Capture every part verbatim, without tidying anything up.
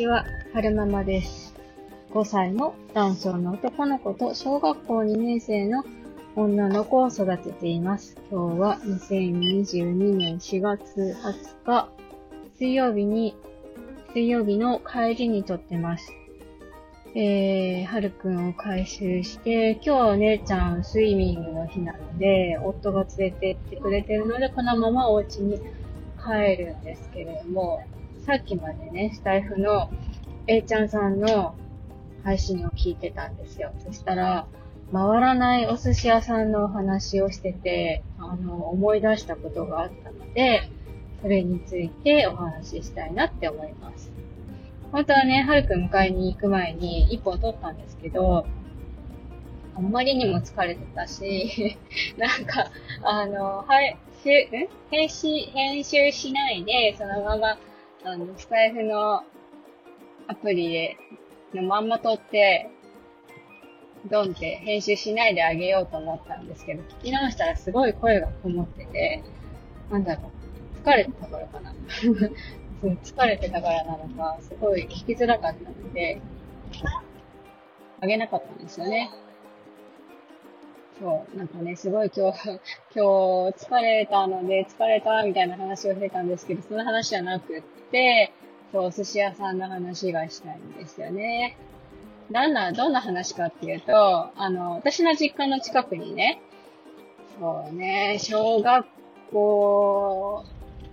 ちは、はるままです。ごさいの男性の男の子と小学校にねん生の女の子を育てています。今日はにせんにじゅうにねんしがつはつか、水曜日に、水曜日の帰りに撮ってます。えー、はるくんを回収して、今日はお姉ちゃんスイミングの日なので、夫が連れてってくれてるので、このままお家に帰るんですけれども、さっきまでね、スタイフの A ちゃんさんの配信を聞いてたんですよ。そしたら、回らないお寿司屋さんのお話をしてて、あの、思い出したことがあったので、それについてお話ししたいなって思います。本当はね、はるくん迎えに行く前に一本撮ったんですけど、あんまりにも疲れてたし、なんか、あの、はい、しゅ、ん編集、編集しないで、そのまま、あの、スタイフのアプリで、のまんま撮って、ドンって編集しないであげようと思ったんですけど、聞き直したらすごい声がこもってて、なんだろう、疲れてたからかな。疲れてたからなのか、すごい聞きづらかったので、あげなかったんですよね。そう、なんかね、すごい今日、今日疲れたので、疲れたみたいな話をしてたんですけど、その話じゃなくって、そう、お寿司屋さんの話がしたいんですよね。どんな、どんな話かっていうと、あの、私の実家の近くにね、そうね、小学校、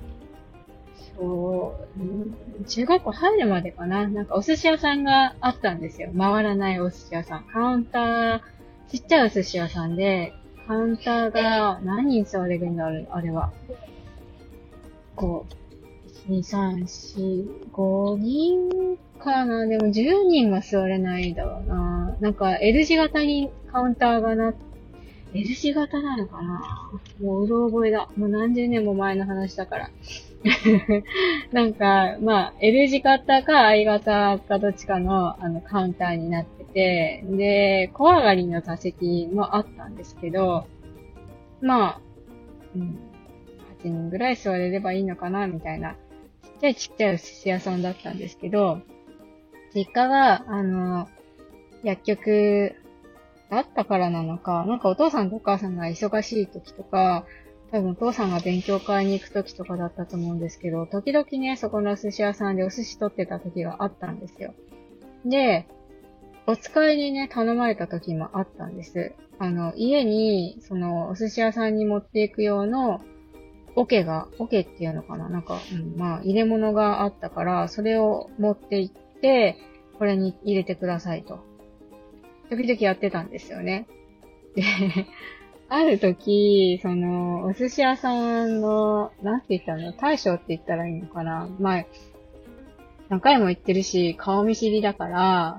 小、中学校入るまでかな、なんかお寿司屋さんがあったんですよ。回らないお寿司屋さん。カウンター、ちっちゃいお寿司屋さんで、カウンターが何人座れるんだろう、あれは。こう、いち、に、さん、よん、ごにんかな。でもじゅうにんは座れないだろうな。なんか L 字型にカウンターがな、L 字型なのかな。もううろ覚えだ。もう何十年も前の話だから。なんか、まあ、L 字型か I 型かどっちかのあのカウンターになってて、で、小上がりの座席もあったんですけど、まあ、うん、はちにんぐらい座れればいいのかな、みたいな、ちっちゃいちっちゃいお寿司屋さんだったんですけど、実家が、あの、薬局だったからなのか、なんかお父さんとお母さんが忙しい時とか、多分お父さんが勉強会に行く時とかだったと思うんですけど、時々ね、そこのお寿司屋さんでお寿司取ってた時があったんですよ。で、お使いにね、頼まれた時もあったんです。あの、家に、その、お寿司屋さんに持っていく用の、桶が、桶っていうのかななんか、うん、まあ、入れ物があったから、それを持って行って、これに入れてくださいと。時々やってたんですよね。で、ある時、その、お寿司屋さんの、なんて言ったの大将って言ったらいいのかなまあ、何回も言ってるし、顔見知りだから、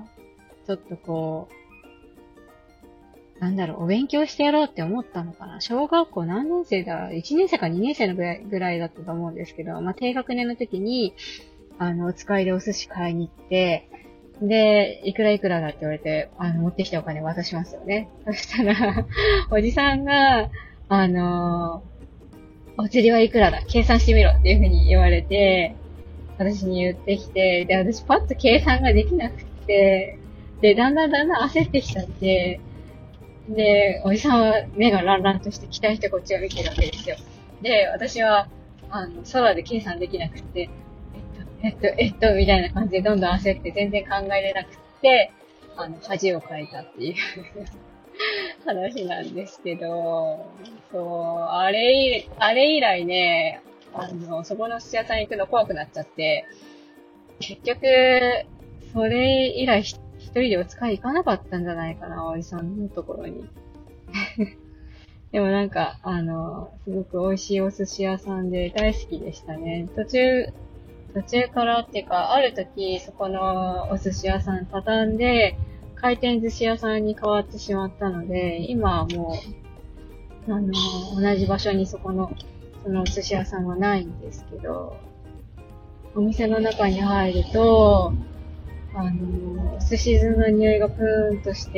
ちょっとこう、なんだろう、お勉強してやろうって思ったのかな小学校何年生だ ?いち 年生かにねん生のぐらいぐらいだったと思うんですけど、まあ、低学年の時に、あの、お使いでお寿司買いに行って、で、いくらいくらだって言われて、あの、持ってきたお金渡しますよね。そしたら、おじさんが、あのー、お釣りはいくらだ計算してみろっていう風に言われて、私に言ってきて、で、私パッと計算ができなくて、で、だんだんだんだん焦ってきちゃって、で、おじさんは目がランランとして期待してこっちを見てるわけですよ。で、私は、あの、空で計算できなくて、えっと、えっと、みたいな感じでどんどん焦って全然考えれなくて、あの、恥をかいたっていう話なんですけど、そう、あれ以、あれ以来ね、あの、そこの寿司屋さん行くの怖くなっちゃって、結局、それ以来一人でお使い行かなかったんじゃないかな、おじさんのところに。でもなんか、あの、すごく美味しいお寿司屋さんで大好きでしたね。途中、途中からっていうか、ある時、そこのお寿司屋さん畳んで、回転寿司屋さんに変わってしまったので、今はもう、あの、同じ場所にそこの、そのお寿司屋さんはないんですけど、お店の中に入ると、あの、寿司酢の匂いがプーンとして、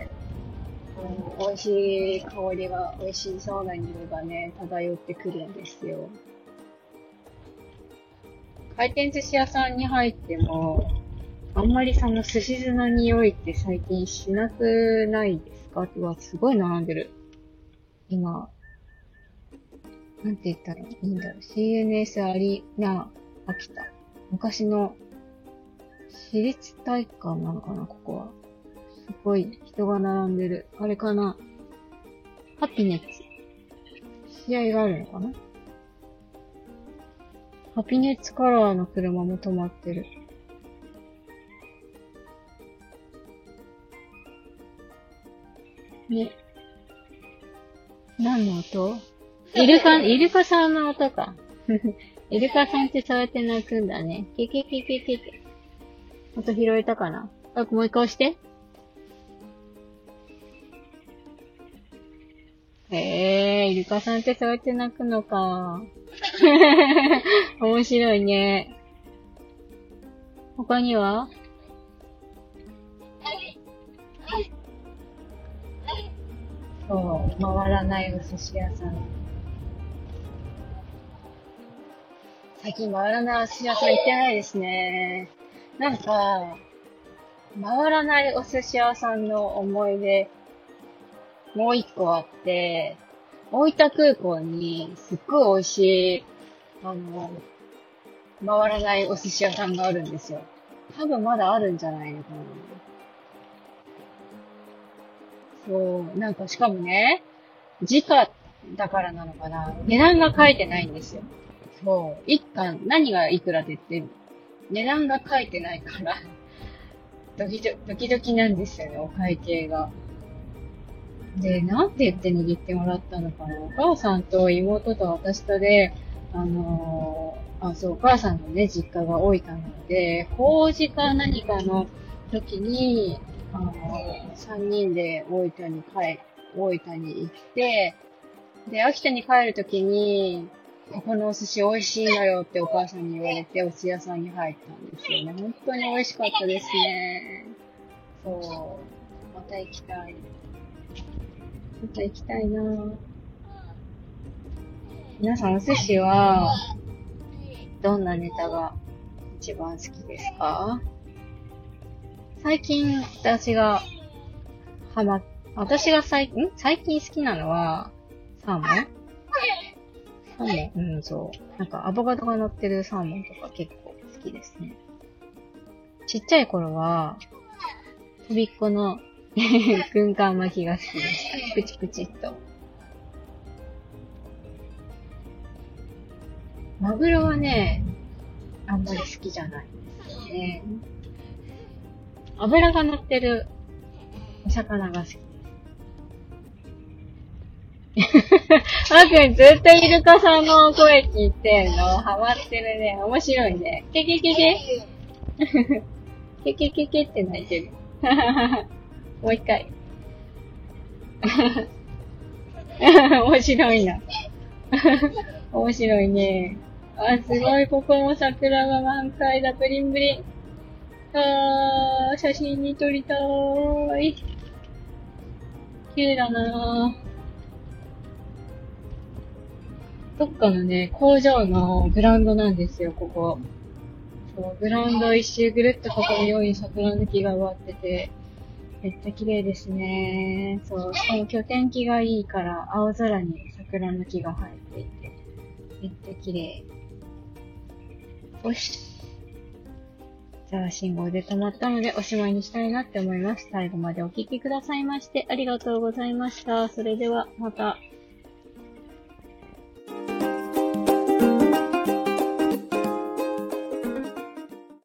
美味しい香りが、美味しそうな匂いがね、漂ってくるんですよ。回転寿司屋さんに入っても、 あんまりその寿司酢の匂いって最近しなくないですか？うわ、すごい並んでる。今、なんて言ったらいいんだろう。シーエヌエス アリーナ秋田。昔の私立体育館なのかな、ここは。すごい人が並んでる。あれかな。ハピネッツ。試合があるのかな。ハピネッツカラーの車も止まってる。ね。何の音？イルカ、イルカさんの音か。イルカさんってそうやって鳴くんだね。ケケケケケケ。音拾えたかな？あ、もう一回押して。へえー、イルカさんってそうやって鳴くのか。面白いね。他には？そう、回らないお寿司屋さん。最近回らないお寿司屋さん行ってないですね。なんか、回らないお寿司屋さんの思い出、もう一個あって、大分空港にすっごい美味しい、あの、回らないお寿司屋さんがあるんですよ。多分まだあるんじゃないのかな。そう、なんかしかもね、時価だからなのかな。値段が書いてないんですよ。そう、一貫何がいくらって言ってる。値段が書いてないから、ドキドドキドキなんですよね、お会計が。で、なんて言って握ってもらったのかな。お母さんと妹と私とで、あのー、あ、そう、お母さんのね、実家が大分なので、法事か何かの時に、あのー、三人で大分に帰、大分に行って、で、秋田に帰る時に、ここのお寿司美味しいのよってお母さんに言われて、お寿司屋さんに入ったんですよね。本当に美味しかったですね。そう。また行きたい。また行きたいなぁ。皆さんお寿司は、どんなネタが一番好きですか？最近、私が、はま、私が最近、ん最近好きなのは、サーモンサーモンうん、そう。なんか、アボカドが乗ってるサーモンとか結構好きですね。ちっちゃい頃は、とびっこの軍艦巻きが好きでした。プチプチっと。マグロはね、あんまり好きじゃないですよね。脂が乗ってるお魚が好き。あくんずっとイルカさんの声聞いてんのハマってるね。面白いね。ケケケケケケケケって泣いてる。もう一回。面白いな。面白いね。あ、すごい。ここも桜が満開だ。ブリンブリン。あー、写真に撮りたーい。綺麗だなー。どっかのね、工場のグラウンドなんですよ、ここ。そう、グラウンド一周ぐるっと囲むように桜の木が植わってて、めっちゃ綺麗ですね。そう、しかも今日天気がいいから、青空に桜の木が生えていて、めっちゃ綺麗。よし。じゃあ、信号で止まったのでおしまいにしたいなって思います。最後までお聞きくださいましてありがとうございました。それでは、また。